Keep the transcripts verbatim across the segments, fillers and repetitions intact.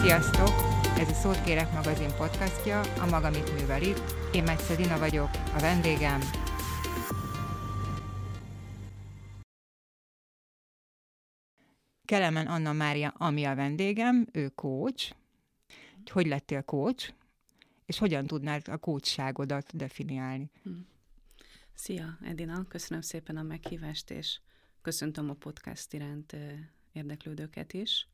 Sziasztok! Ez a Szót Kérek magazin podcastja, a Maga mit művel itt. Én Metsze Dina vagyok, a vendégem. Kelemen Anna Mária, ami a vendégem, ő coach. Hogy lettél coach, és hogyan tudnád a coachságodat definiálni? Szia, Edina! Köszönöm szépen a meghívást, és köszöntöm a podcast iránt érdeklődőket is.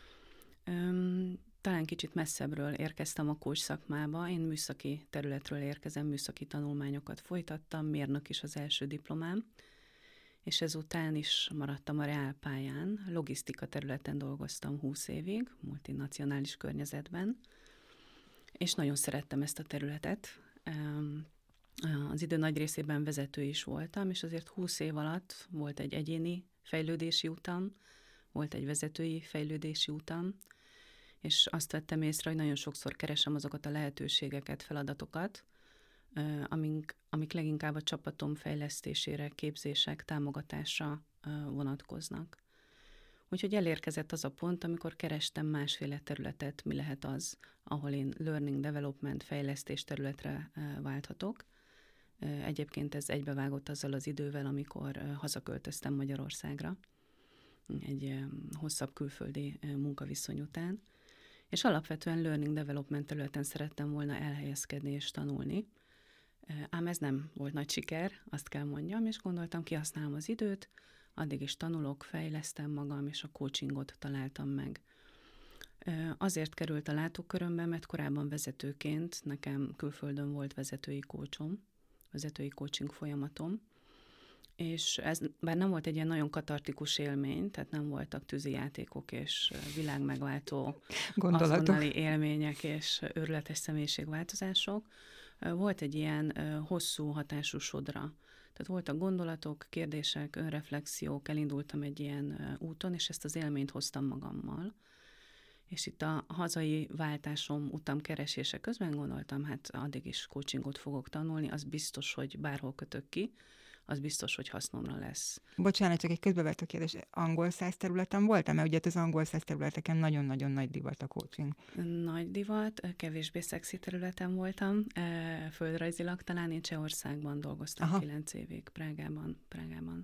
Üm, talán kicsit messzebbről érkeztem a coach szakmába. Én műszaki területről érkezem, műszaki tanulmányokat folytattam, mérnök is az első diplomám, és ezután is maradtam a reálpályán. Logisztika területen dolgoztam húsz évig, multinacionális környezetben, és nagyon szerettem ezt a területet. Üm, Az idő nagy részében vezető is voltam, és azért húsz év alatt volt egy egyéni fejlődési utam, volt egy vezetői fejlődési utam, és azt vettem észre, hogy nagyon sokszor keresem azokat a lehetőségeket, feladatokat, amik, amik leginkább a csapatom fejlesztésére, képzések, támogatásra vonatkoznak. Úgyhogy elérkezett az a pont, amikor kerestem másféle területet, mi lehet az, ahol én learning, development, fejlesztés területre válthatok. Egyébként ez egybevágott azzal az idővel, amikor hazaköltöztem Magyarországra, egy hosszabb külföldi munkaviszony után, és alapvetően learning development területen szerettem volna elhelyezkedni és tanulni. Ám ez nem volt nagy siker, azt kell mondjam, és gondoltam, kihasználom az időt, addig is tanulok, fejlesztem magam, és a coachingot találtam meg. Azért került a látókörömbe, mert korábban vezetőként nekem külföldön volt vezetői coachom, vezetői coaching folyamatom, és ez bár nem volt egy ilyen nagyon katartikus élmény, tehát nem voltak tűzijátékok és világmegváltó azonnali élmények és őrületes személyiségváltozások, volt egy ilyen hosszú hatású sodra. Tehát voltak gondolatok, kérdések, önreflexiók, elindultam egy ilyen úton, és ezt az élményt hoztam magammal. És itt a hazai váltásom, utamkeresése közben gondoltam, hát addig is coachingot fogok tanulni, az biztos, hogy bárhol kötök ki, az biztos, hogy hasznomra lesz. Bocsánat, csak egy közbevető kérdés. Angol száz területen voltam? Mert ugye az angol száz területeken nagyon-nagyon nagy divat a coaching. Nagy divat, kevésbé szexi területen voltam. Földrajzilag talán én Csehországban dolgoztam Aha. kilenc évig, Prágában. Prágában.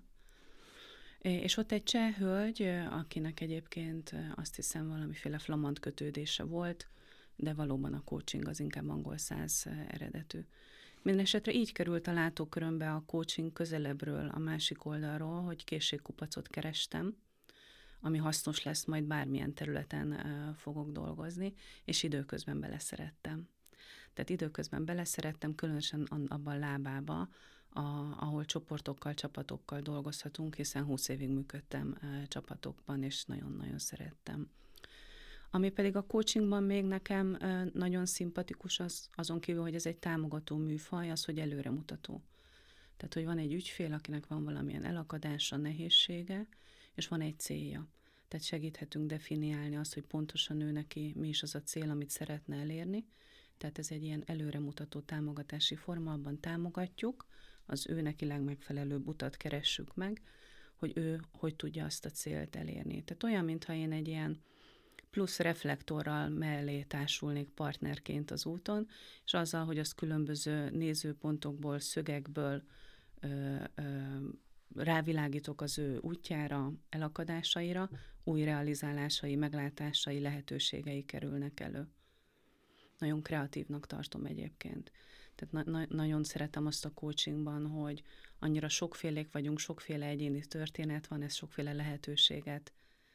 És ott egy cseh hölgy, akinek egyébként azt hiszem valamiféle flamand kötődése volt, de valóban a coaching az inkább angol száz eredetű. Mindenesetre így került a látókörömbe a coaching közelebbről, a másik oldalról, hogy készségkupacot kerestem, ami hasznos lesz, majd bármilyen területen fogok dolgozni, és időközben beleszerettem. Tehát időközben beleszerettem, különösen abban a lábába, A, ahol csoportokkal, csapatokkal dolgozhatunk, hiszen húsz évig működtem e, csapatokban, és nagyon-nagyon szerettem. Ami pedig a coachingban még nekem e, nagyon szimpatikus, az, azon kívül, hogy ez egy támogató műfaj, az, hogy előremutató. Tehát, hogy van egy ügyfél, akinek van valamilyen elakadása, nehézsége, és van egy célja. Tehát segíthetünk definiálni azt, hogy pontosan ő neki mi is az a cél, amit szeretne elérni. Tehát ez egy ilyen előremutató támogatási forma, abban támogatjuk, az ő neki legmegfelelőbb utat keressük meg, hogy ő hogy tudja azt a célt elérni. Tehát olyan, mintha én egy ilyen plusz reflektorral mellé társulnék partnerként az úton, és azzal, hogy azt különböző nézőpontokból, szögekből ö, ö, rávilágítok az ő útjára, elakadásaira, új realizálásai, meglátásai, lehetőségei kerülnek elő. Nagyon kreatívnak tartom egyébként. Tehát na- na- nagyon szeretem azt a coachingban, hogy annyira sokfélék vagyunk, sokféle egyéni történet van, ez sokféle lehetőséget,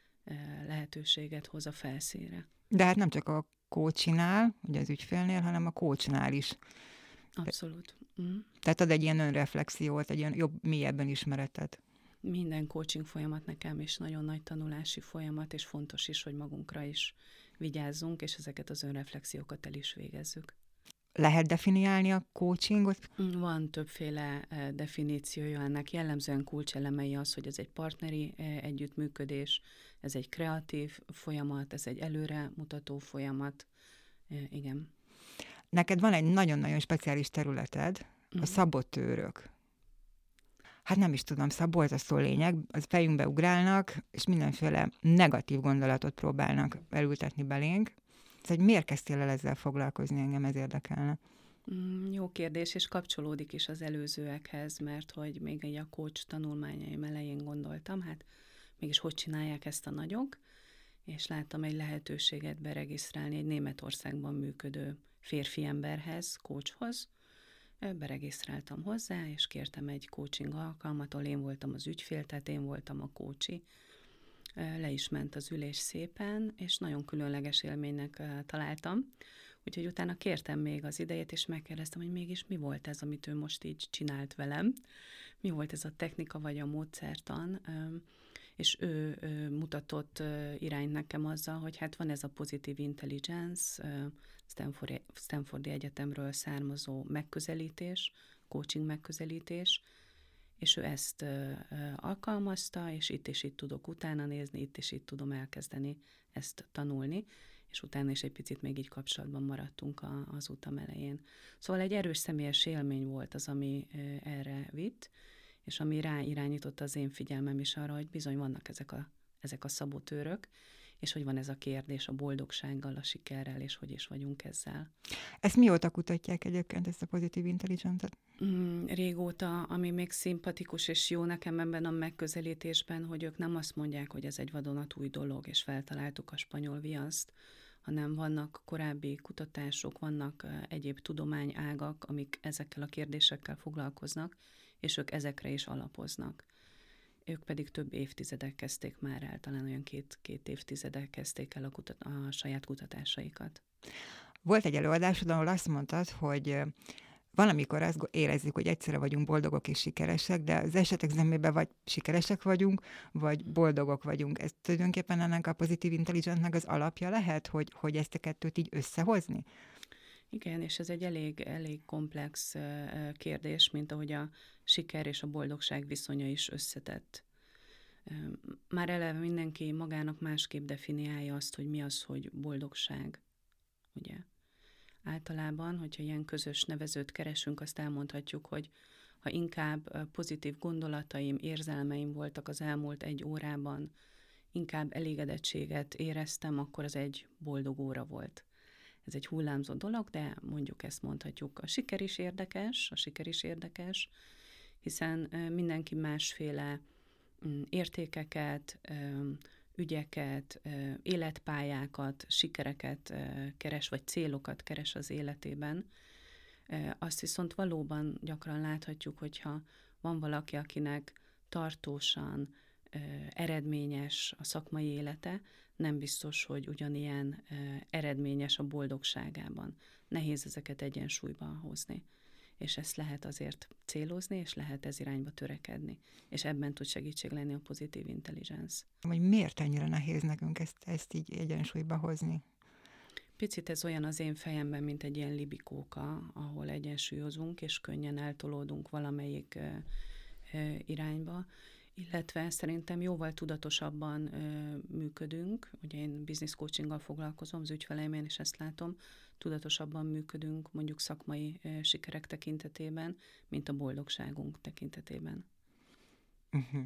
lehetőséget hoz a felszínre. De hát nem csak a coachinál, ugye az ügyfélnél, hanem a coachnál is. Abszolút. Mm. Tehát ad egy ilyen önreflexiót, egy ilyen jobb, mélyebben ismeretet. Minden coaching folyamat nekem is nagyon nagy tanulási folyamat, és fontos is, hogy magunkra is vigyázzunk, és ezeket az önreflexiókat el is végezzük. Lehet definiálni a coachingot? Van többféle definíciója ennek. Jellemzően kulcselemei az, hogy ez egy partneri együttműködés, ez egy kreatív folyamat, ez egy előremutató folyamat. Igen. Neked van egy nagyon-nagyon speciális területed, a szabotőrök. Hát nem is tudom, szaboltasztó lényeg, az fejünkbe ugrálnak, és mindenféle negatív gondolatot próbálnak elültetni belénk. Szóval, miért kezdtél el ezzel foglalkozni, engem ez érdekelne? Mm, jó kérdés, és kapcsolódik is az előzőekhez, mert hogy még egy a coach tanulmányaim elején gondoltam, hát mégis hogy csinálják ezt a nagyok, és láttam egy lehetőséget beregisztrálni egy Németországban működő férfi emberhez, coachhoz. Beregisztráltam hozzá, és kértem egy coaching alkalmat, ahol én voltam az ügyfél, tehát én voltam a coachi. Le is ment az ülés szépen, és nagyon különleges élménynek találtam. Úgyhogy utána kértem még az idejét, és megkérdeztem, hogy mégis mi volt ez, amit ő most így csinált velem. Mi volt ez a technika, vagy a módszertan, és ő, ő mutatott irányt nekem azzal, hogy hát van ez a Positive Intelligence, Stanford, Stanfordi Egyetemről származó megközelítés, coaching megközelítés, és ő ezt alkalmazta, és itt és itt tudok utána nézni, itt és itt tudom elkezdeni ezt tanulni, és utána is egy picit még így kapcsolatban maradtunk a, az utam elején. Szóval egy erős személyes élmény volt az, ami erre vitt, és ami ráirányította az én figyelmem is arra, hogy bizony vannak ezek a, ezek a szabotőrök, és hogy van ez a kérdés a boldogsággal, a sikerrel, és hogy is vagyunk ezzel. Ezt mióta kutatják egyébként, ezt a Positive Intelligence-et? Mm, régóta, ami még szimpatikus és jó nekem ebben a megközelítésben, hogy ők nem azt mondják, hogy ez egy vadonatúj dolog, és feltaláltuk a spanyol viaszt, hanem vannak korábbi kutatások, vannak uh, egyéb tudományágak, amik ezekkel a kérdésekkel foglalkoznak, és ők ezekre is alapoznak. Ők pedig több évtizedek kezdték már el, talán olyan két, két évtizedek kezdték el a, kutat- a saját kutatásaikat. Volt egy előadásod, ahol azt mondtad, hogy valamikor azt érezzük, hogy egyszerre vagyunk boldogok és sikeresek, de az esetek zömében vagy sikeresek vagyunk, vagy boldogok vagyunk. Ez tulajdonképpen ennek a Positive Intelligence-nek az alapja lehet, hogy, hogy ezt a kettőt így összehozni? Igen, és ez egy elég, elég komplex kérdés, mint ahogy a siker és a boldogság viszonya is összetett. Már eleve mindenki magának másképp definiálja azt, hogy mi az, hogy boldogság, ugye? Általában, hogyha ilyen közös nevezőt keresünk, azt elmondhatjuk, hogy ha inkább pozitív gondolataim, érzelmeim voltak az elmúlt egy órában, inkább elégedettséget éreztem, akkor az egy boldog óra volt. Ez egy hullámzó dolog, de mondjuk ezt mondhatjuk. A siker is érdekes, a siker is érdekes, hiszen mindenki másféle értékeket, ügyeket, életpályákat, sikereket keres, vagy célokat keres az életében. Azt viszont valóban gyakran láthatjuk, hogyha van valaki, akinek tartósan eredményes a szakmai élete, nem biztos, hogy ugyanilyen eredményes a boldogságában. Nehéz ezeket egyensúlyba hozni. És ezt lehet azért célozni, és lehet ez irányba törekedni. És ebben tud segítség lenni a Positive Intelligence. Hogy miért ennyire nehéz nekünk ezt, ezt így egyensúlyba hozni? Picit ez olyan az én fejemben, mint egy ilyen libikóka, ahol egyensúlyozunk, és könnyen eltolódunk valamelyik ö, ö, irányba, illetve szerintem jóval tudatosabban ö, működünk. Ugye én business coachinggal foglalkozom, az ügyfeleimén, és ezt látom, tudatosabban működünk mondjuk szakmai ö, sikerek tekintetében, mint a boldogságunk tekintetében. Uh-huh.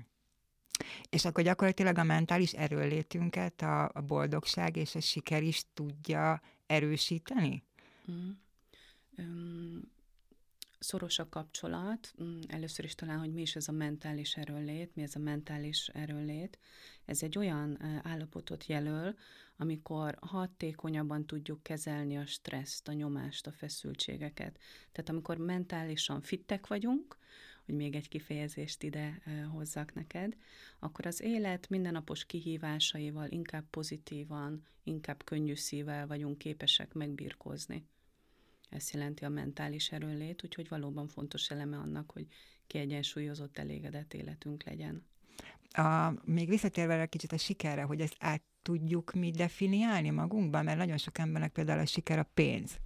És akkor gyakorlatilag a mentális erőnlétünket a, a boldogság és a siker is tudja erősíteni? Mm. Um, szoros a kapcsolat. Először is talán, hogy mi is ez a mentális erőnlét, mi ez a mentális erőnlét. Ez egy olyan állapotot jelöl, amikor hatékonyabban tudjuk kezelni a stresszt, a nyomást, a feszültségeket. Tehát amikor mentálisan fittek vagyunk, hogy még egy kifejezést ide hozzak neked, akkor az élet mindennapos kihívásaival inkább pozitívan, inkább könnyű szívvel vagyunk képesek megbirkózni. Ez jelenti a mentális erőnlét, úgyhogy valóban fontos eleme annak, hogy kiegyensúlyozott, elégedett életünk legyen. A, még visszatérve egy kicsit a sikerre, hogy ezt át tudjuk mi definiálni magunkban, mert nagyon sok embernek például a siker a pénz.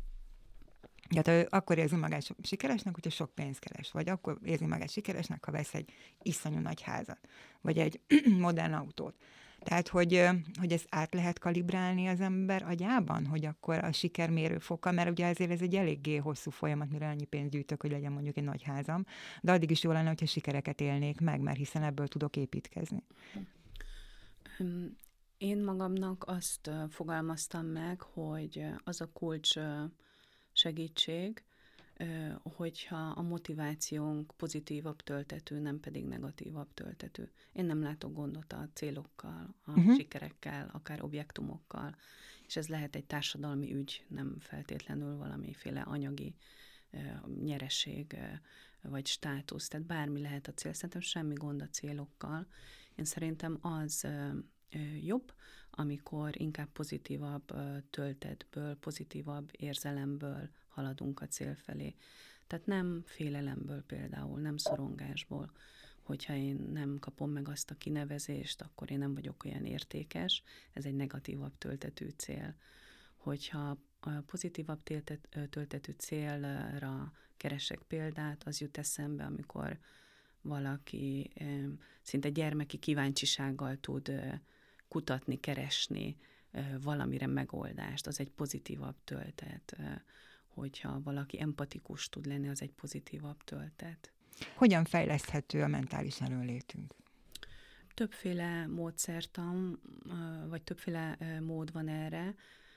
Tehát akkor érzi magát sikeresnek, hogyha sok pénzt keres, vagy akkor érzi magát sikeresnek, ha vesz egy iszonyú nagy házat, vagy egy modern autót. Tehát, hogy, hogy ezt át lehet kalibrálni az ember agyában, hogy akkor a siker mérőfoka, mert ugye ezért ez egy eléggé hosszú folyamat, mire annyi pénzt gyűjtök, hogy legyen mondjuk egy nagy házam, de addig is jó lenne, hogyha sikereket élnék meg, mert hiszen ebből tudok építkezni. Én magamnak azt fogalmaztam meg, hogy az a kulcs segítség, hogyha a motivációnk pozitívabb töltetű, nem pedig negatívabb töltetű. Én nem látok gondot a célokkal, a uh-huh. sikerekkel, akár objektumokkal, és ez lehet egy társadalmi ügy, nem feltétlenül valamiféle anyagi nyereség vagy státusz, tehát bármi lehet a cél. Szerintem semmi gond a célokkal. Én szerintem az jobb, amikor inkább pozitívabb töltetből, pozitívabb érzelemből haladunk a cél felé. Tehát nem félelemből például, nem szorongásból, hogyha én nem kapom meg azt a kinevezést, akkor én nem vagyok olyan értékes, ez egy negatívabb töltetű cél. Hogyha a pozitívabb töltetű célra keresek példát, az jut eszembe, amikor valaki szinte gyermeki kíváncsisággal tud kutatni, keresni valamire megoldást, az egy pozitívabb töltet. Hogyha valaki empatikus tud lenni, az egy pozitívabb töltet. Hogyan fejleszthető a mentális erőnlétünk? Többféle módszertan, vagy többféle mód van erre.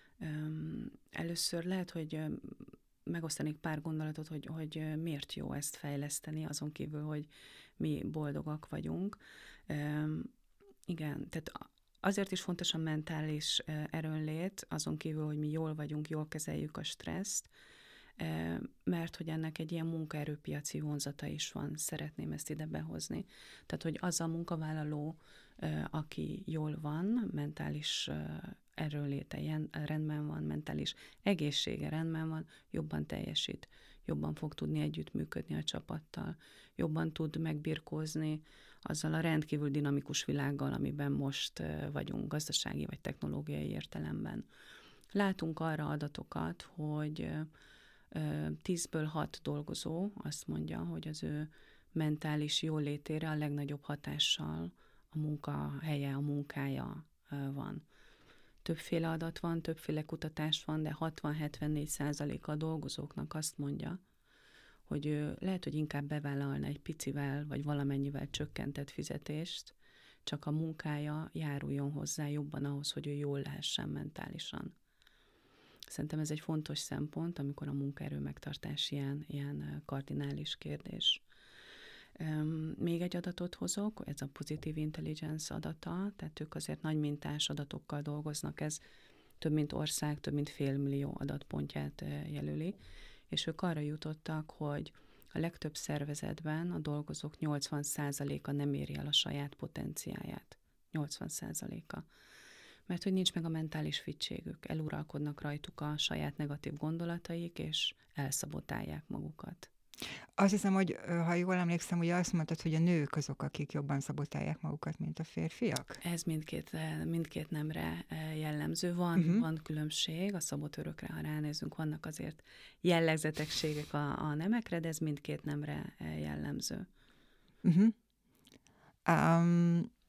Először lehet, hogy megosztanék pár gondolatot, hogy, hogy miért jó ezt fejleszteni, azon kívül, hogy mi boldogak vagyunk. Igen, tehát azért is fontos a mentális erőnlét, azon kívül, hogy mi jól vagyunk, jól kezeljük a stresszt, mert hogy ennek egy ilyen munkaerőpiaci vonzata is van, szeretném ezt ide behozni. Tehát, hogy az a munkavállaló, aki jól van, mentális erőnléte rendben van, mentális egészsége rendben van, jobban teljesít, jobban fog tudni együttműködni a csapattal, jobban tud megbirkózni azzal a rendkívül dinamikus világgal, amiben most vagyunk, gazdasági vagy technológiai értelemben. Látunk arra adatokat, hogy tízből hat dolgozó azt mondja, hogy az ő mentális jólétére a legnagyobb hatással a munkahelye, a munkája van. Többféle adat van, többféle kutatás van, de hatvan-hetvennégy százaléka a dolgozóknak azt mondja, hogy ő lehet, hogy inkább bevállalna egy picivel, vagy valamennyivel csökkentett fizetést, csak a munkája járuljon hozzá jobban ahhoz, hogy ő jól lehessen mentálisan. Szerintem ez egy fontos szempont, amikor a munkaerő megtartás ilyen, ilyen kardinális kérdés. Még egy adatot hozok, ez a Positive Intelligence adata, tehát ők azért nagy mintás adatokkal dolgoznak, ez több mint ország, több mint félmillió adatpontját jelöli, és ők arra jutottak, hogy a legtöbb szervezetben a dolgozók nyolcvan százaléka nem éri el a saját potenciáját. nyolcvan százaléka. Mert hogy nincs meg a mentális fittségük, eluralkodnak rajtuk a saját negatív gondolataik, és elszabotálják magukat. Azt hiszem, hogy ha jól emlékszem, ugye azt mondtad, hogy a nők azok, akik jobban szabotálják magukat, mint a férfiak? Ez mindkét, mindkét nemre jellemző. Van, uh-huh. van különbség, a szabotőrökre, ha ránézünk, vannak azért jellegzetességek a, a nemekre, de ez mindkét nemre jellemző. Uh-huh. Um,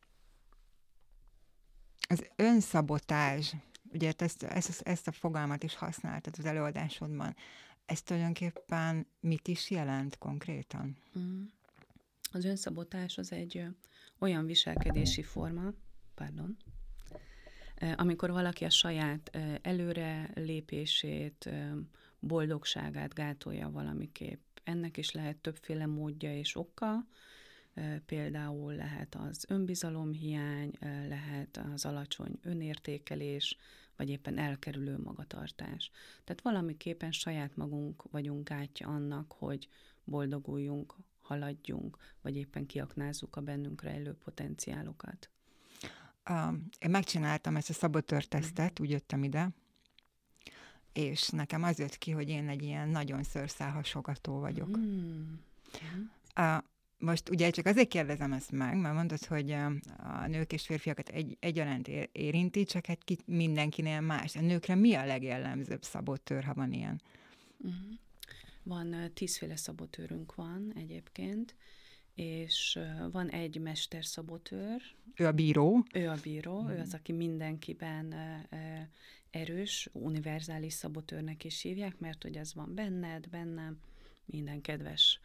az önszabotázs, ugye ezt, ezt, ezt a fogalmat is használtad az előadásodban, ez tulajdonképpen mit is jelent konkrétan? Mm. Az önszabotás az egy ö, olyan viselkedési forma, pardon, ö, amikor valaki a saját ö, előre lépését, ö, boldogságát gátolja valamiképp. Ennek is lehet többféle módja és oka, ö, például lehet az önbizalomhiány, ö, lehet az alacsony önértékelés, vagy éppen elkerülő magatartás. Tehát valamiképpen saját magunk vagyunk gátja annak, hogy boldoguljunk, haladjunk, vagy éppen kiaknázzuk a bennünk rejlő potenciálokat. Uh, én megcsináltam ezt a szabotőrtesztet, úgy jöttem ide, és nekem az jött ki, hogy én egy ilyen nagyon szőrszálhasogató vagyok. Mm. Uh, Most ugye csak azért kérdezem ezt meg, mert mondod, hogy a nők és férfiakat egy, egyaránt érinti, csak hát ki, mindenkinél más. A nőkre mi a legjellemzőbb szabotőr, ha van ilyen? Uh-huh. Van tízféle szabotőrünk van egyébként, és van egy mesterszabotőr. Ő a bíró. Ő a bíró, uh-huh. ő az, aki mindenkiben erős, univerzális szabotőrnek is hívják, mert hogy ez van benned, bennem, minden kedves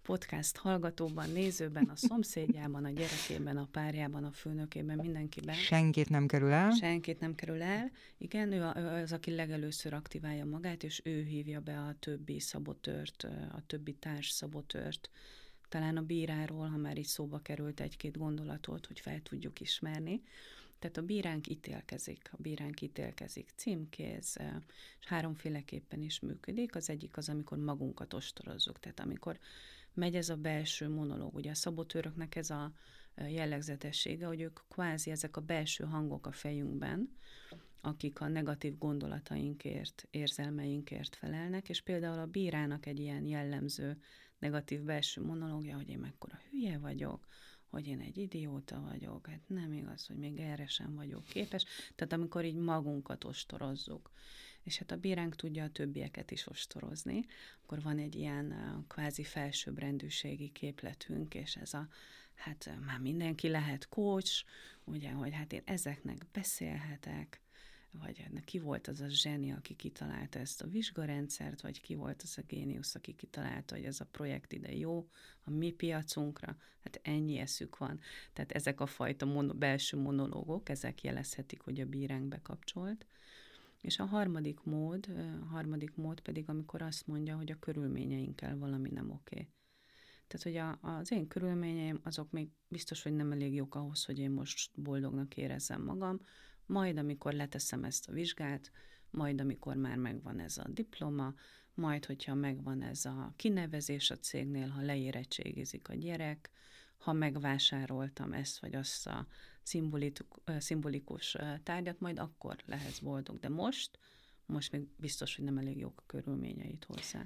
podcast hallgatóban, nézőben, a szomszédjában, a gyerekében, a párjában, a főnökében, mindenkiben. Senkit nem kerül el. Senkit nem kerül el. Igen, ő, a, ő az, aki legelőször aktiválja magát, és ő hívja be a többi szabotőrt, a többi társ szabotőrt, talán a bíráról, ha már így szóba került egy-két gondolatot, hogy fel tudjuk ismerni. Tehát a bíránk ítélkezik, a bíránk ítélkezik, címkéz, és háromféleképpen is működik. Az egyik az, amikor magunkat ostorozzuk, tehát amikor megy ez a belső monológ. Ugye a szabotőröknek ez a jellegzetessége, hogy ők kvázi ezek a belső hangok a fejünkben, akik a negatív gondolatainkért, érzelmeinkért felelnek, és például a bírának egy ilyen jellemző negatív belső monológia, hogy én mekkora hülye vagyok, hogy én egy idióta vagyok, hát nem igaz, hogy még erre sem vagyok képes. Tehát amikor így magunkat ostorozzuk, és hát a bíránk tudja a többieket is ostorozni, akkor van egy ilyen uh, kvázi felsőbbrendűségi képletünk, és ez a, hát uh, már mindenki lehet coach, ugye, hogy hát én ezeknek beszélhetek, vagy ki volt az a zseni, aki kitalálta ezt a vizsgarendszert, vagy ki volt az a géniusz, aki kitalálta, hogy ez a projekt ide jó a mi piacunkra, hát ennyi eszük van. Tehát ezek a fajta mon- belső monológok, ezek jelezhetik, hogy a bíránk bekapcsolt. És a harmadik mód, a harmadik mód pedig, amikor azt mondja, hogy a körülményeinkkel valami nem oké. Tehát, hogy a, az én körülményeim, azok még biztos, hogy nem elég jók ahhoz, hogy én most boldognak érezzem magam, majd amikor leteszem ezt a vizsgát, majd amikor már megvan ez a diploma, majd hogyha megvan ez a kinevezés a cégnél, ha leérettségizik a gyerek, ha megvásároltam ezt vagy azt a szimbolikus tárgyat, majd akkor lehetsz boldog. De most, most még biztos, hogy nem elég jók a körülményeit hozzá.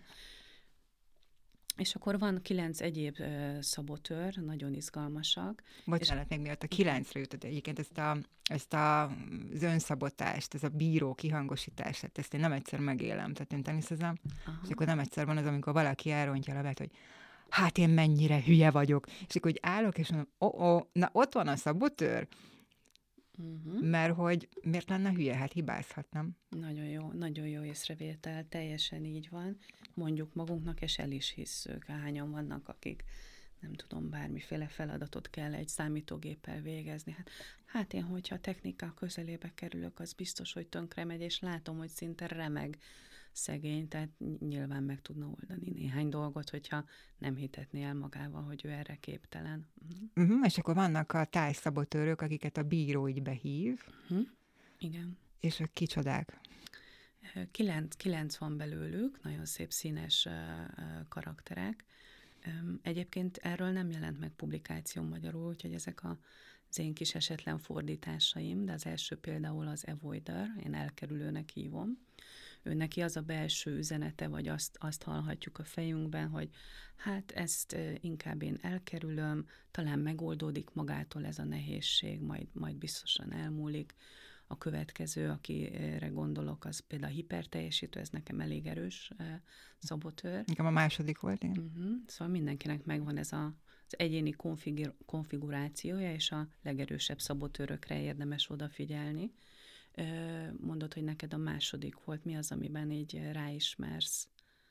És akkor van kilenc egyéb uh, szabotőr, nagyon izgalmasak. Bocsánat, még miatt a kilencre jutott egyébként ezt a, ezt a, az önszabotást, ez a bíró kihangosítását, ezt én nem egyszer megélem, tehát én teniszezem, és akkor nem egyszer van az, amikor valaki elrontja a labdát, hogy hát én mennyire hülye vagyok, és akkor úgy állok, és mondom, ó, oh, oh, na ott van a szabotőr, uh-huh. mert hogy miért lenne hülye, hát hibázhatnám. Nagyon jó, nagyon jó észrevétel, teljesen így van. Mondjuk magunknak, és el is hisszük. Hányan vannak, akik, nem tudom, bármiféle feladatot kell egy számítógéppel végezni. Hát, hát én, hogyha a technika közelébe kerülök, az biztos, hogy tönkre megy, és látom, hogy szinte remeg szegény, tehát nyilván meg tudna oldani néhány dolgot, hogyha nem hitetné el magával, hogy ő erre képtelen. Uh-huh. Uh-huh, és akkor vannak a társszabotőrök, akiket a bíró így behív. Uh-huh. Igen. És ők kicsodák? Kilenc, kilenc van belőlük, nagyon szép színes uh, uh, karakterek. Um, egyébként erről nem jelent meg publikáció magyarul, úgyhogy ezek a, az én kis esetlen fordításaim, de az első például az avoider, én elkerülőnek hívom. Ő neki az a belső üzenete, vagy azt, azt hallhatjuk a fejünkben, hogy hát ezt uh, inkább én elkerülöm, talán megoldódik magától ez a nehézség, majd, majd biztosan elmúlik. A következő, akire gondolok, az például a hiperteljesítő, ez nekem elég erős uh, szabotőr. Nekem a második volt én. Uh-huh. Szóval mindenkinek megvan ez a, az egyéni konfigur, konfigurációja, és a legerősebb szabotőrökre érdemes odafigyelni. Uh, mondod, hogy neked a második volt. Mi az, amiben így ráismersz?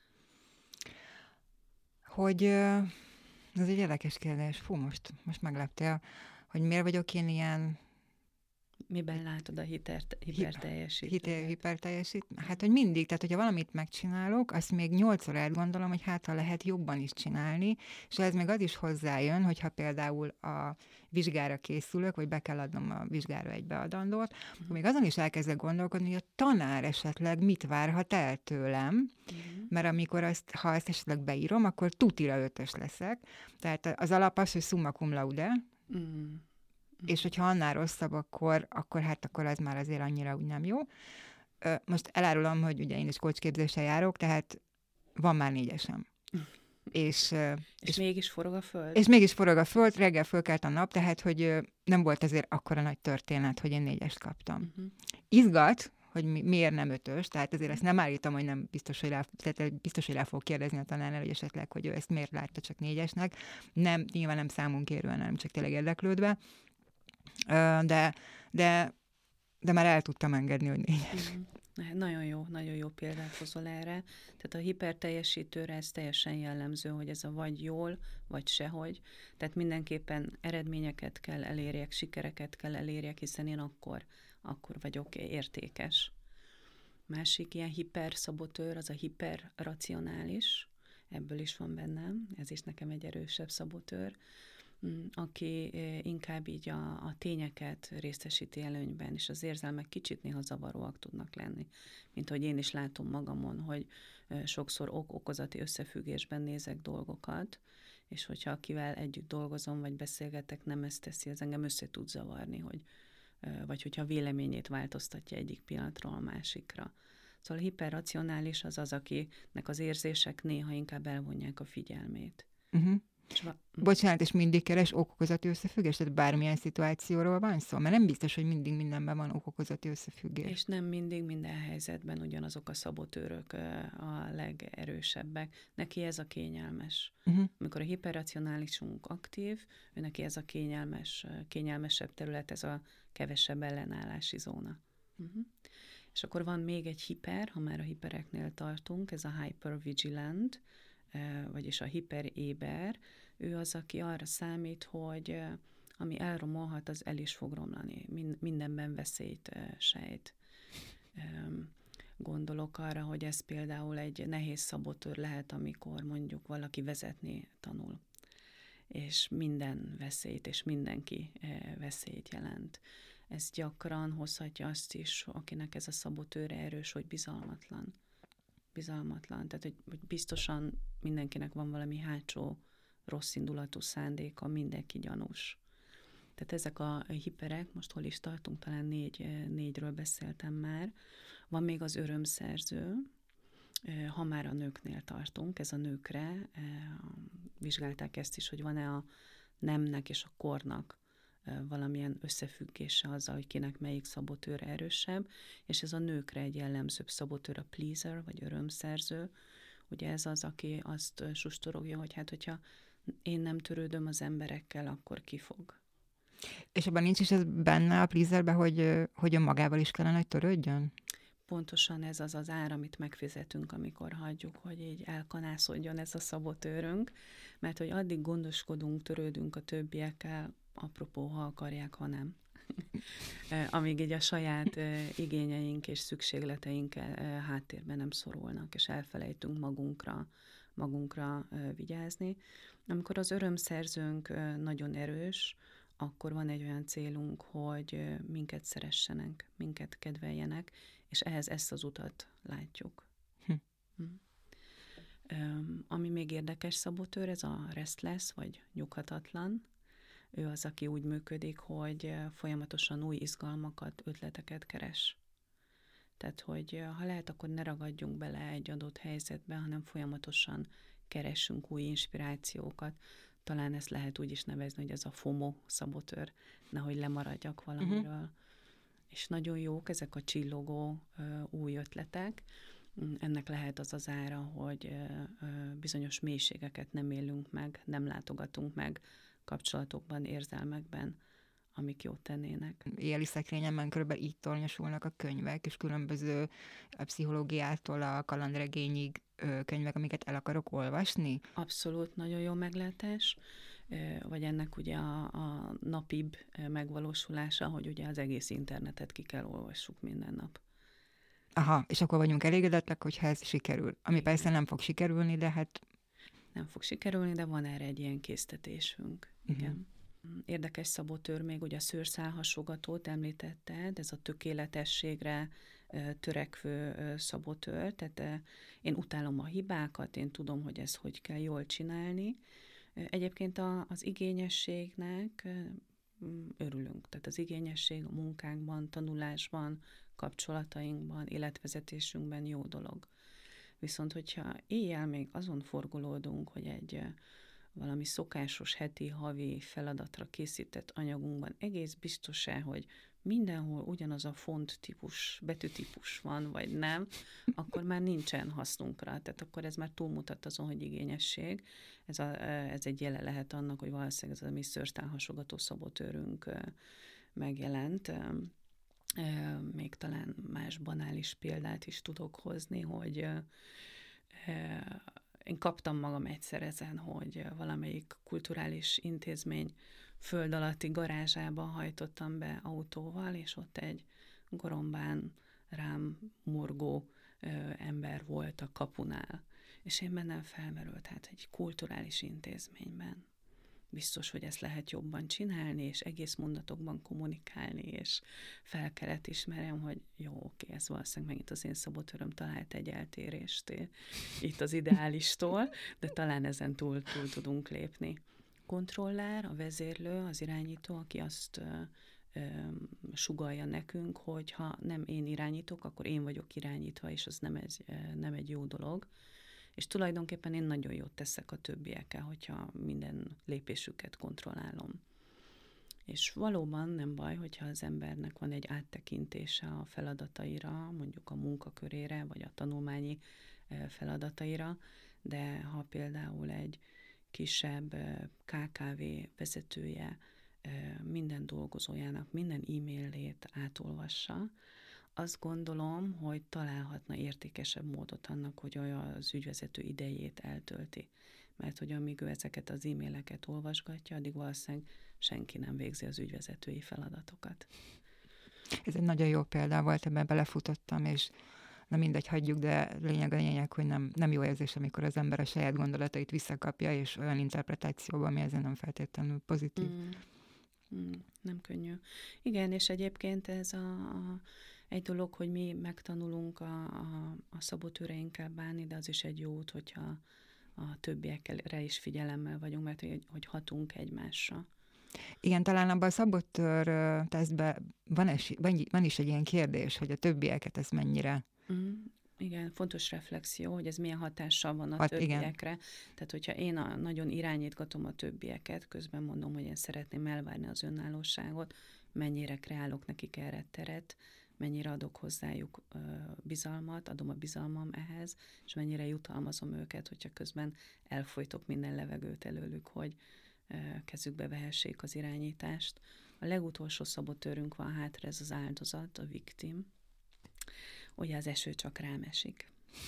Hogy uh, ez egy érdekes kérdés. Fú, most, most megleptél, hogy miért vagyok én ilyen... Miben látod a hitert, hiperteljesítőt? Hiper, hiperteljesít? Hát, hogy mindig, tehát hogyha valamit megcsinálok, azt még nyolcszor átgondolom, hogy hát, ha lehet jobban is csinálni, és ez még az is hozzájön, hogyha például a vizsgára készülök, vagy be kell adnom a vizsgára egy beadandót, uh-huh. akkor még azon is elkezdek gondolkodni, hogy a tanár esetleg mit várhat el tőlem, uh-huh. mert amikor azt, ha ezt esetleg beírom, akkor tutira ötös leszek. Tehát az alap az, hogy summa cum laude, uh-huh. és hogyha annál rosszabb, akkor, akkor hát akkor az már azért annyira úgy nem jó. Most elárulom, hogy ugye én is coachképzéssel járok, tehát van már négyesem. és, és, és mégis forog a föld? És mégis forog a föld, reggel fölkelt a nap, tehát hogy nem volt azért akkora nagy történet, hogy én négyest kaptam. Uh-huh. Izgat, hogy mi, miért nem ötös, tehát azért ezt nem állítom, hogy nem biztos, hogy rá, tehát biztos, hogy rá fog kérdezni a tanárnál, hogy esetleg, hogy ő ezt miért látta csak négyesnek. Nem, nyilván nem számunkérően, hanem csak tényleg érdeklődve. De, de, de már el tudtam engedni, hogy négyes. Nagyon jó, nagyon jó példát hozol erre. Tehát a hiperteljesítőre ez teljesen jellemző, hogy ez a vagy jól, vagy sehogy. Tehát mindenképpen eredményeket kell elérjek, sikereket kell elérjek, hiszen én akkor, akkor vagyok értékes. Másik ilyen hiperszabotőr, az a hiperracionális, ebből is van bennem, ez is nekem egy erősebb szabotőr, aki inkább így a, a tényeket részesíti előnyben, és az érzelmek kicsit néha zavaróak tudnak lenni. Mint hogy én is látom magamon, hogy sokszor ok-okozati összefüggésben nézek dolgokat, és hogyha akivel együtt dolgozom, vagy beszélgetek, nem ezt teszi, az engem össze tud zavarni, hogy, vagy hogyha véleményét változtatja egyik pillanatról a másikra. Szóval a hiperracionális az az, akinek az érzések néha inkább elvonják a figyelmét. Uh-huh. Bocsánat, és mindig keres okokozati összefüggés? Tehát bármilyen szituációról van szó? Mert nem biztos, hogy mindig mindenben van okokozati összefüggés. És nem mindig minden helyzetben ugyanazok a szabotőrök a legerősebbek. Neki ez a kényelmes. Uh-huh. Amikor a hiperracionálisunk aktív, ő neki ez a kényelmes, kényelmesebb terület, ez a kevesebb ellenállási zóna. Uh-huh. És akkor van még egy hiper, ha már a hipereknél tartunk, ez a hypervigilant, vagyis a hiperéber. Ő az, aki arra számít, hogy ami elromolhat, az el is fog romlani. Mindenben veszélyt sejt. Gondolok arra, hogy ez például egy nehéz szabotőr lehet, amikor mondjuk valaki vezetni tanul, és minden veszélyt, és mindenki veszélyt jelent. Ez gyakran hozhatja azt is, akinek ez a szabotőre erős, hogy bizalmatlan. Bizalmatlan. Tehát, hogy, hogy biztosan mindenkinek van valami hátsó rossz indulatú szándéka, mindenki gyanús. Tehát ezek a hiperek, most hol is tartunk, talán négy, négyről beszéltem már. Van még az örömszerző, ha már a nőknél tartunk, ez a nőkre, vizsgálták ezt is, hogy van-e a nemnek és a kornak valamilyen összefüggése azzal, hogy kinek melyik szabotőr erősebb, és ez a nőkre egy jellemzőbb szabotőr, a pleaser, vagy örömszerző. Ugye ez az, aki azt sustorogja, hogy hát, hogyha én nem törődöm az emberekkel, akkor ki fog. És abban nincs is ez benne a pleaserben, hogy, hogy önmagával is kellene, hogy törődjön? Pontosan ez az az ár, amit megfizetünk, amikor hagyjuk, hogy így elkanászodjon ez a szabotőrünk, mert hogy addig gondoskodunk, törődünk a többiekkel, apropó, ha akarják, ha nem. Amíg így a saját igényeink és szükségleteink háttérben nem szorulnak, és elfelejtünk magunkra, magunkra vigyázni. Amikor az örömszerzőnk nagyon erős, akkor van egy olyan célunk, hogy minket szeressenek, minket kedveljenek, és ehhez ezt az utat látjuk. Hm. Hm. Ami még érdekes szabotőr, ez a restless, vagy nyughatatlan. Ő az, aki úgy működik, hogy folyamatosan új izgalmakat, ötleteket keres. Tehát, hogy ha lehet, akkor ne ragadjunk bele egy adott helyzetbe, hanem folyamatosan keressünk új inspirációkat. Talán ezt lehet úgy is nevezni, hogy ez a FOMO szabotőr, nehogy lemaradjak valamiről. Uh-huh. És nagyon jók ezek a csillogó új ötletek. Ennek lehet az az ára, hogy bizonyos mélységeket nem élünk meg, nem látogatunk meg kapcsolatokban, érzelmekben, amik jót tennének. Éjjeli szekrényemben körülbelül így tornyosulnak a könyvek, és különböző a pszichológiától a kalandregényig könyvek, amiket el akarok olvasni. Abszolút, nagyon jó meglátás. Vagy ennek ugye a, a napibb megvalósulása, hogy ugye az egész internetet ki kell olvassuk minden nap. Aha, és akkor vagyunk elégedettek, hogyha ez sikerül. Ami igen. Persze nem fog sikerülni, de hát... Nem fog sikerülni, de van erre egy ilyen késztetésünk. Uh-huh. Igen. Érdekes szabotőr még ugye a szőrszálhasogatót említetted, ez a tökéletességre törekvő szabotőr, tehát én utálom a hibákat, én tudom, hogy ezt hogy kell jól csinálni. Egyébként a, az igényességnek örülünk, tehát az igényesség a munkánkban, tanulásban, kapcsolatainkban, életvezetésünkben jó dolog. Viszont, hogyha éjjel még azon forgolódunk, hogy egy valami szokásos heti, havi feladatra készített anyagunkban egész biztos-e, hogy mindenhol ugyanaz a font típus, betűtípus van, vagy nem, akkor már nincsen hasznunkra. Tehát akkor ez már túlmutat azon, hogy igényesség. Ez, a, ez egy jele lehet annak, hogy valószínűleg ez a mi szőrszálhasogató szabotőrünk megjelent. Még talán más banális példát is tudok hozni, hogy e, én kaptam magam egyszer ezen, hogy valamelyik kulturális intézmény föld alatti garázsába hajtottam be autóval, és ott egy gorombán rám morgó ö, ember volt a kapunál. És én bennem felmerült, hát egy kulturális intézményben biztos, hogy ezt lehet jobban csinálni, és egész mondatokban kommunikálni, és fel kellett ismerem, hogy jó, oké, ez valószínűleg megint az én szabotőröm talált egy eltérést itt az ideálistól, de talán ezen túl, túl tudunk lépni. Kontrollár, a vezérlő, az irányító, aki azt ö, ö, sugallja nekünk, hogy ha nem én irányítok, akkor én vagyok irányítva, és az nem, ez, nem egy jó dolog. És tulajdonképpen én nagyon jót teszek a többiekkel, hogyha minden lépésüket kontrollálom. És valóban nem baj, hogyha az embernek van egy áttekintése a feladataira, mondjuk a munkakörére, vagy a tanulmányi feladataira, de ha például egy kisebb ká ká vé vezetője minden dolgozójának minden e-mailét átolvassa, azt gondolom, hogy találhatna értékesebb módot annak, hogy az ügyvezető idejét eltölti. Mert hogy amíg ő ezeket az e-maileket olvasgatja, addig valószínűleg senki nem végzi az ügyvezetői feladatokat. Ez egy nagyon jó példa volt, ebben belefutottam, és na mindegy, hagyjuk, de lényeg a lényeg, hogy nem, nem jó érzés, amikor az ember a saját gondolatait visszakapja, és olyan interpretációban, ami ezen nem feltétlenül pozitív. Mm. Mm, nem könnyű. Igen, és egyébként ez a, a egy dolog, hogy mi megtanulunk a, a, a szabotőreinkkel bánni, de az is egy jó út, hogyha a többiekre is figyelemmel vagyunk, mert hogy, hogy hatunk egymásra. Igen, talán abban a szabotőr tesztben van, es, van is egy ilyen kérdés, hogy a többieket ez mennyire... Mm, igen, fontos reflexió, hogy ez milyen hatással van a hát, többiekre. Igen. Tehát, hogyha én a, nagyon irányítgatom a többieket, közben mondom, hogy én szeretném elvárni az önállóságot, mennyire kreálok nekik erre teret, mennyire adok hozzájuk ö, bizalmat, adom a bizalmam ehhez, és mennyire jutalmazom őket, hogyha közben elfojtok minden levegőt előlük, hogy ö, kezükbe vehessék az irányítást. A legutolsó szabotőrünk van hátra, ez az áldozat, a victim. Ugye az eső csak rám esik.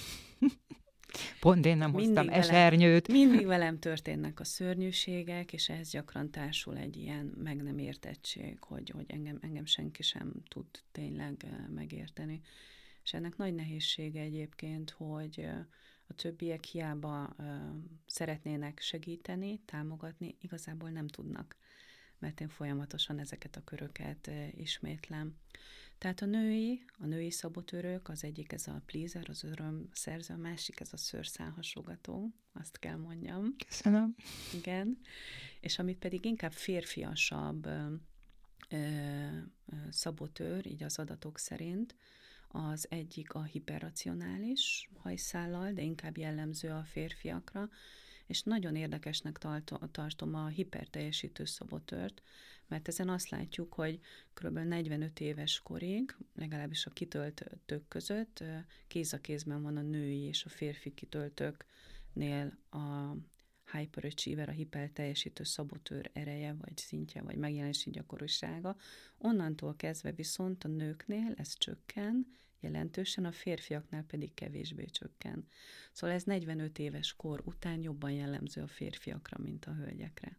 Pont én nem mindig hoztam velem, esernyőt. Mindig velem történnek a szörnyűségek, és ehhez gyakran társul egy ilyen meg nem értettség, hogy, hogy engem, engem senki sem tud tényleg megérteni. És ennek nagy nehézsége egyébként, hogy a többiek hiába szeretnének segíteni, támogatni, igazából nem tudnak, mert én folyamatosan ezeket a köröket ismétlem. Tehát a női, a női szabotőrök, az egyik ez a pleaser, az öröm szerző, a másik ez a szőrszálhasogató, azt kell mondjam. Köszönöm. Igen. És amit pedig inkább férfiasabb ö, ö, szabotőr, így az adatok szerint, az egyik a hiperracionális hajszállal, de inkább jellemző a férfiakra, és nagyon érdekesnek tartom a hiperteljesítő szabotőrt, mert ezen azt látjuk, hogy kb. negyvenöt éves korig, legalábbis a kitöltők között kéz a kézben van a női és a férfi kitöltőknél a hyperachiever, a hiperteljesítő szabotőr ereje, vagy szintje, vagy megjelenési gyakorisága. Onnantól kezdve viszont a nőknél ez csökken, jelentősen, a férfiaknál pedig kevésbé csökken. Szóval ez negyvenöt éves kor után jobban jellemző a férfiakra, mint a hölgyekre.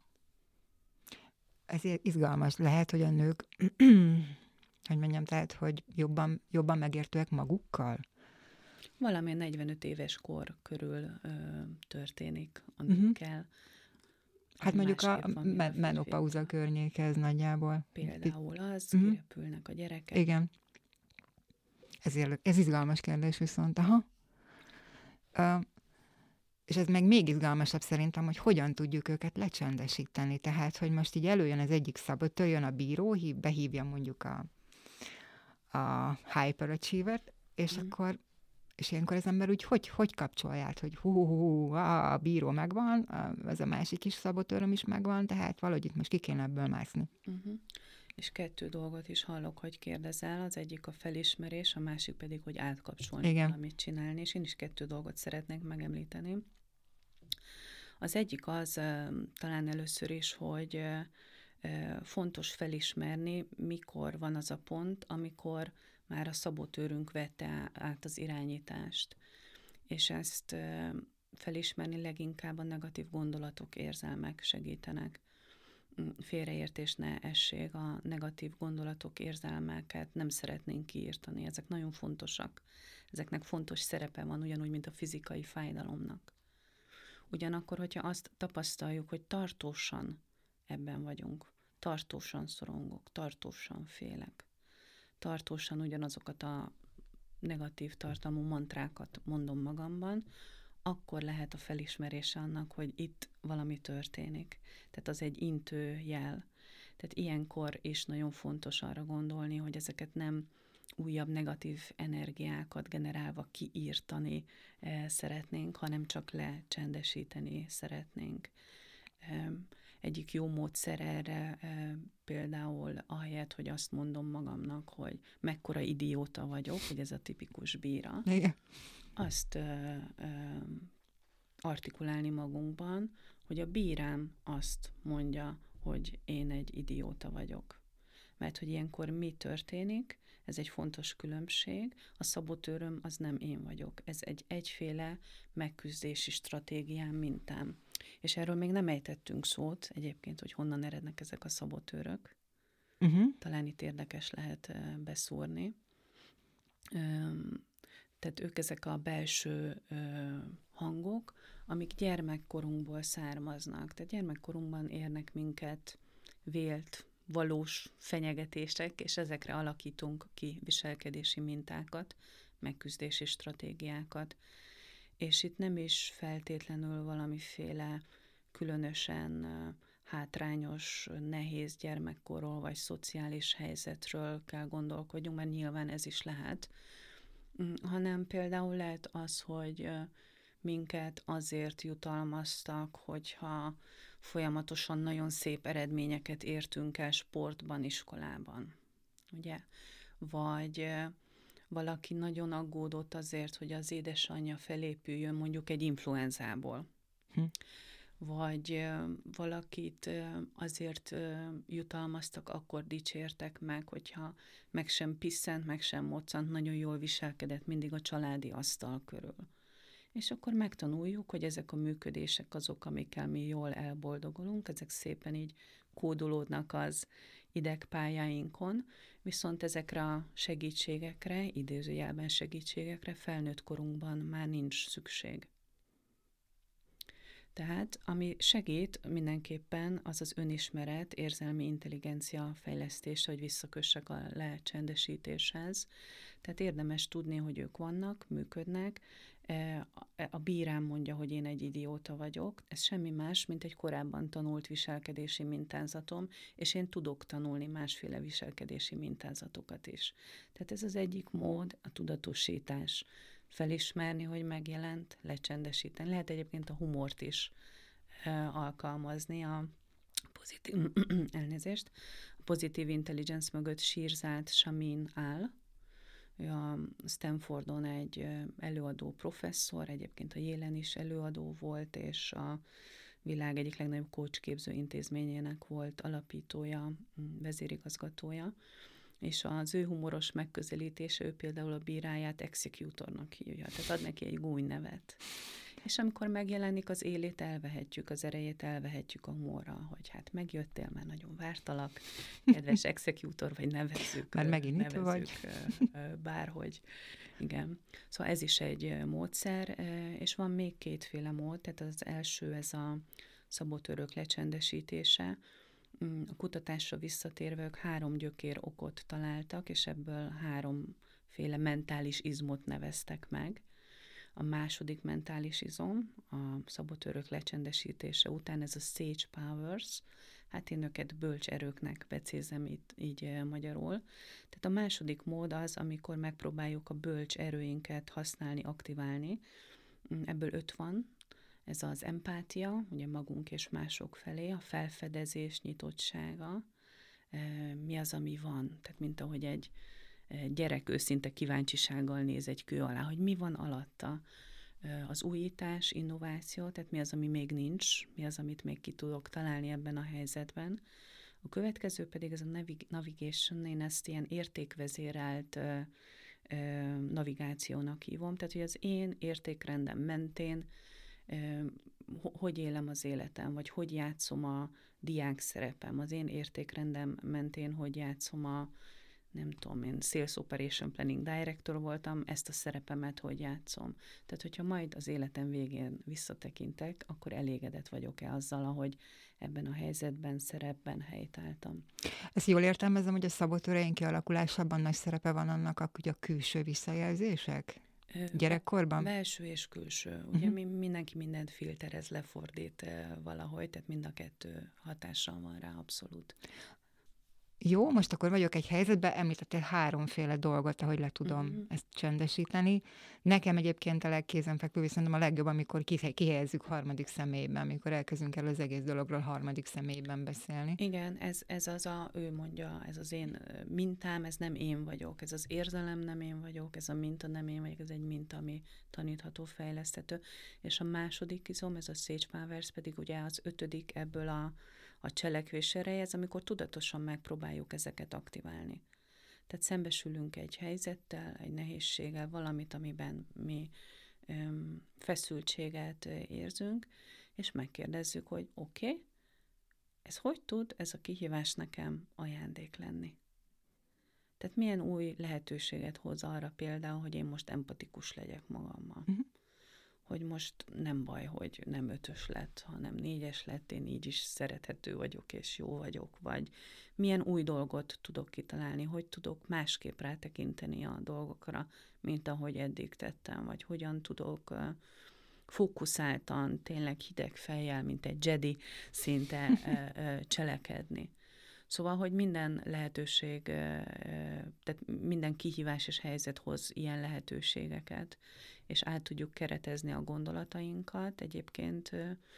Ez izgalmas. Lehet, hogy a nők, hogy mondjam, tehát, hogy jobban, jobban megértőek magukkal? Valamilyen negyvenöt éves kor körül ö, történik a nőkkel. Uh-huh. Hát mondjuk a, a menopauza környéke ez nagyjából. Például az, uh-huh. kirepülnek a gyerekek. Igen. Ez, ez izgalmas kérdés viszont. Aha. Uh, és ez meg még izgalmasabb szerintem, hogy hogyan tudjuk őket lecsendesíteni. Tehát, hogy most így előjön az egyik szabotőr, jön a bíró, hív, behívja mondjuk a, a hyperachiever-t, és mm. akkor és ilyenkor az ember úgy hogy, hogy kapcsolja át, hogy hú, hú, hú, a bíró megvan, ez a másik is szabotőröm is megvan, tehát valahogy itt most ki kéne ebből mászni. Uh-huh. És kettő dolgot is hallok, hogy kérdezel, az egyik a felismerés, a másik pedig, hogy átkapcsolni, Igen. valamit csinálni, és én is kettő dolgot szeretnék megemlíteni. Az egyik az talán először is, hogy fontos felismerni, mikor van az a pont, amikor már a szabotőrünk vette át az irányítást. És ezt felismerni leginkább a negatív gondolatok, érzelmek segítenek. Félreértés ne essék, a negatív gondolatok, érzelmeket nem szeretnénk kiírtani. Ezek nagyon fontosak. Ezeknek fontos szerepe van, ugyanúgy, mint a fizikai fájdalomnak. Ugyanakkor, hogyha azt tapasztaljuk, hogy tartósan ebben vagyunk, tartósan szorongok, tartósan félek, tartósan ugyanazokat a negatív tartalmú mantrákat mondom magamban, akkor lehet a felismerése annak, hogy itt valami történik. Tehát az egy intő jel. Tehát ilyenkor is nagyon fontos arra gondolni, hogy ezeket nem újabb negatív energiákat generálva kiírtani eh, szeretnénk, hanem csak lecsendesíteni szeretnénk. Eh, egyik jó módszer erre eh, például ahelyett, hogy azt mondom magamnak, hogy mekkora idióta vagyok, hogy ez a tipikus bíra, Igen. azt ö, ö, artikulálni magunkban, hogy a bírám azt mondja, hogy én egy idióta vagyok. Mert hogy ilyenkor mi történik, ez egy fontos különbség, a szabotőröm az nem én vagyok. Ez egy egyféle megküzdési stratégiám, mintám. És erről még nem ejtettünk szót egyébként, hogy honnan erednek ezek a szabotőrök. Uh-huh. Talán itt érdekes lehet beszúrni. Tehát ők ezek a belső ö, hangok, amik gyermekkorunkból származnak. Tehát gyermekkorunkban érnek minket vélt, valós fenyegetések, és ezekre alakítunk ki viselkedési mintákat, megküzdési stratégiákat. És itt nem is feltétlenül valamiféle különösen ö, hátrányos, nehéz gyermekkorról vagy szociális helyzetről kell gondolkodjunk, mert nyilván ez is lehet, hanem például lehet az, hogy minket azért jutalmaztak, hogyha folyamatosan nagyon szép eredményeket értünk el sportban, iskolában, ugye? Vagy valaki nagyon aggódott azért, hogy az édesanyja felépüljön mondjuk egy influenzából. Hm. Vagy valakit azért jutalmaztak, akkor dicsértek meg, hogyha meg sem pisszent, meg sem moccant, nagyon jól viselkedett mindig a családi asztal körül. És akkor megtanuljuk, hogy ezek a működések azok, amikkel mi jól elboldogulunk, ezek szépen így kódolódnak az idegpályáinkon, viszont ezekre a segítségekre, idézőjelben segítségekre felnőtt korunkban már nincs szükség. Tehát, ami segít mindenképpen, az az önismeret, érzelmi intelligencia fejlesztése, hogy visszakössek a lecsendesítéshez. Tehát érdemes tudni, hogy ők vannak, működnek. A bírám mondja, hogy én egy idióta vagyok. Ez semmi más, mint egy korábban tanult viselkedési mintázatom, és én tudok tanulni másféle viselkedési mintázatokat is. Tehát ez az egyik mód, a tudatosítás. Felismerni, hogy megjelent, lecsendesíteni. Lehet egyébként a humort is uh, alkalmazni, a pozitív, elnézést, a pozitív intelligence mögött Shirzad Chamine áll. Ő a Stanfordon egy előadó professzor, egyébként a Yale-en is előadó volt, és a világ egyik legnagyobb coachképző intézményének volt alapítója, vezérigazgatója. És az ő humoros megközelítése, ő például a bíráját executornak hívja, tehát ad neki egy gúny nevet. És amikor megjelenik, az élét elvehetjük, az erejét elvehetjük a humorral, hogy hát megjöttél, mert nagyon vártalak, kedves executor, vagy nevezzük. Már megint nevezzük, vagy. Bárhogy. Igen. Szóval ez is egy módszer, és van még kétféle mód, tehát az első ez a szabotőrök lecsendesítése. A kutatásra visszatérve ők három gyökér okot találtak, és ebből háromféle mentális izmot neveztek meg. A második mentális izom, a szabotőrök lecsendesítése után ez a sage powers, hát én őket bölcs erőknek becézem itt így magyarul. Tehát a második mód az, amikor megpróbáljuk a bölcs erőinket használni, aktiválni. Ebből öt van. Ez az empátia, ugye magunk és mások felé, a felfedezés, nyitottsága, mi az, ami van. Tehát mint ahogy egy gyerek őszinte kíváncsisággal néz egy kő alá, hogy mi van alatta. Az újítás, innováció, tehát mi az, ami még nincs, mi az, amit még ki tudok találni ebben a helyzetben. A következő pedig ez a navig- navigation, én ezt ilyen értékvezérelt ö, ö, navigációnak hívom, tehát hogy az én értékrendem mentén ö, hogy élem az életem, vagy hogy játszom a diák szerepem, az én értékrendem mentén, hogy játszom a, nem tudom, én Sales Operation Planning Director voltam, ezt a szerepemet hogy játszom. Tehát, hogyha majd az életem végén visszatekintek, akkor elégedett vagyok-e azzal, ahogy ebben a helyzetben, szerepben helytálltam. Ezt jól értelmezem, hogy a szabotőreink kialakulásában nagy szerepe van annak, hogy a külső visszajelzések? Gyerekkorban? Belső és külső. Ugye uh-huh. mindenki mindent filterez, lefordít valahogy, tehát mind a kettő hatással van rá abszolút. Jó, most akkor vagyok egy helyzetben, említettél háromféle dolgot, ahogy le tudom uh-huh. ezt csendesíteni. Nekem egyébként a legkézenfekvő, viszont a legjobb, amikor kihelyezzük harmadik személyben, amikor elkezdünk el az egész dologról harmadik személyben beszélni. Igen, ez, ez az a, ő mondja, ez az én mintám, ez nem én vagyok, ez az érzelem nem én vagyok, ez a minta nem én vagyok, ez egy minta, ami tanítható, fejleszthető. És a második izom, ez a Sage Powers pedig ugye az ötödik ebből a a cselekvés ereje, ez amikor tudatosan megpróbáljuk ezeket aktiválni. Tehát szembesülünk egy helyzettel, egy nehézséggel, valamit, amiben mi öm, feszültséget érzünk, és megkérdezzük, hogy oké, okay, ez hogy tud ez a kihívás nekem ajándék lenni? Tehát milyen új lehetőséget hoz arra például, hogy én most empatikus legyek magammal. Uh-huh. Hogy most nem baj, hogy nem ötös lett, hanem négyes lett, én így is szerethető vagyok, és jó vagyok, vagy milyen új dolgot tudok kitalálni, hogy tudok másképp rátekinteni a dolgokra, mint ahogy eddig tettem, vagy hogyan tudok uh, fókuszáltan, tényleg hideg fejjel, mint egy Jedi szinte uh, uh, cselekedni. Szóval, hogy minden lehetőség, tehát minden kihívás és helyzet hoz ilyen lehetőségeket, és át tudjuk keretezni a gondolatainkat. Egyébként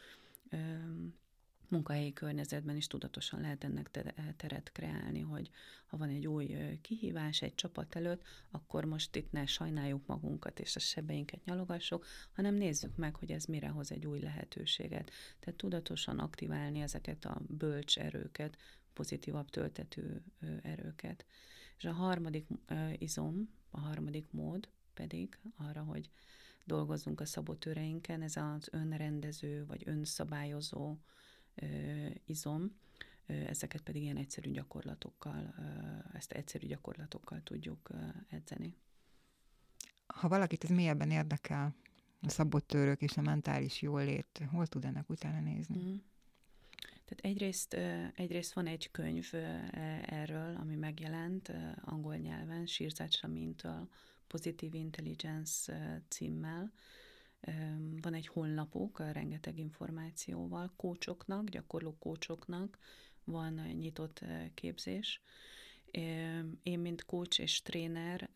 munkahelyi környezetben is tudatosan lehet ennek teret kreálni, hogy ha van egy új kihívás egy csapat előtt, akkor most itt ne sajnáljuk magunkat és a sebeinket nyalogassuk, hanem nézzük meg, hogy ez mire hoz egy új lehetőséget. Tehát tudatosan aktiválni ezeket a bölcs erőket, pozitívabb töltető erőket. És a harmadik izom, a harmadik mód pedig arra, hogy dolgozzunk a szabotőreinken, ez az önrendező vagy önszabályozó izom, ezeket pedig ilyen egyszerű gyakorlatokkal, ezt egyszerű gyakorlatokkal tudjuk edzeni. Ha valakit ez mélyebben érdekel, a szabotőrök és a mentális jólét, hol tud ennek utána nézni? Mm. Tehát egyrészt, egyrészt van egy könyv erről, ami megjelent angol nyelven, Shirzad Shamintől, Positive Intelligence címmel. Van egy honlapuk, rengeteg információval, kócsoknak, gyakorló kócsoknak van nyitott képzés. Én, mint coach és tréner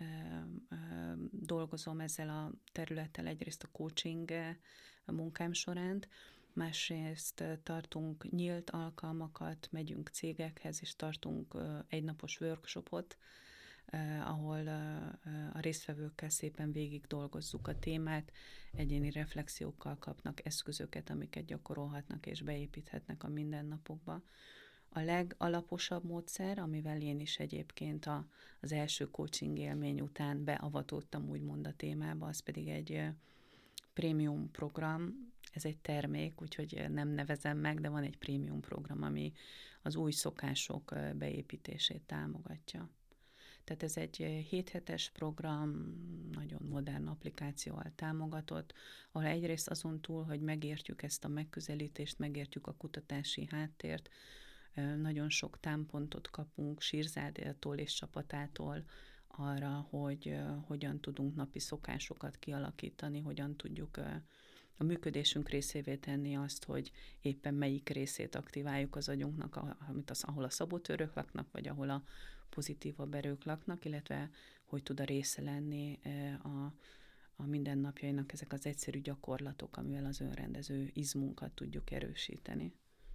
dolgozom ezzel a területtel, egyrészt a coaching munkám során, másrészt tartunk nyílt alkalmakat, megyünk cégekhez, és tartunk egynapos workshopot, ahol a résztvevőkkel szépen végig dolgozzuk a témát, egyéni reflexiókkal kapnak eszközöket, amiket gyakorolhatnak és beépíthetnek a mindennapokba. A legalaposabb módszer, amivel én is egyébként a, az első coaching élmény után beavatódtam úgymond a témába, az pedig egy prémium program. Ez egy termék, úgyhogy nem nevezem meg, de van egy prémium program, ami az új szokások beépítését támogatja. Tehát ez egy héthetes program, nagyon modern applikációval támogatott, ahol egyrészt azon túl, hogy megértjük ezt a megközelítést, megértjük a kutatási háttért, nagyon sok támpontot kapunk Shirzadtól és csapatától arra, hogy hogyan tudunk napi szokásokat kialakítani, hogyan tudjuk a működésünk részévé tenni azt, hogy éppen melyik részét aktiváljuk az agyunknak, amit az, ahol a szabotőrök laknak, vagy ahol a pozitívabb erők laknak, illetve hogy tud a része lenni a, a mindennapjainak ezek az egyszerű gyakorlatok, amivel az önrendező izmunkat tudjuk erősíteni.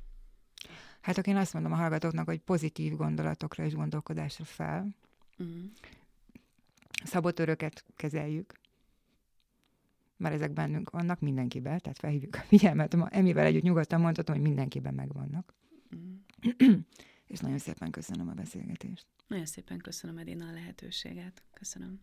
Hát akkor én azt mondom a hallgatóknak, hogy pozitív gondolatokra és gondolkodásra fel. Uh-huh. Szabotőröket kezeljük, mert ezek bennünk vannak, mindenkiben, tehát felhívjuk a figyelmet, emivel együtt nyugodtan mondhatom, hogy mindenkiben megvannak. Uh-huh. és nagyon szépen köszönöm a beszélgetést. Nagyon szépen köszönöm, Edina, a lehetőséget. Köszönöm.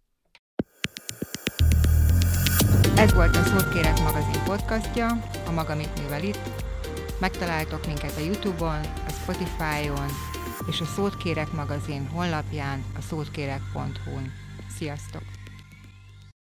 Ez volt a Szót kérek magazin podcastja, a Maga mit művel itt. Megtaláltok minket a YouTube-on, a Spotify-on, és a Szót kérek magazin honlapján, a szótkérek pont hu-n. Sziasztok!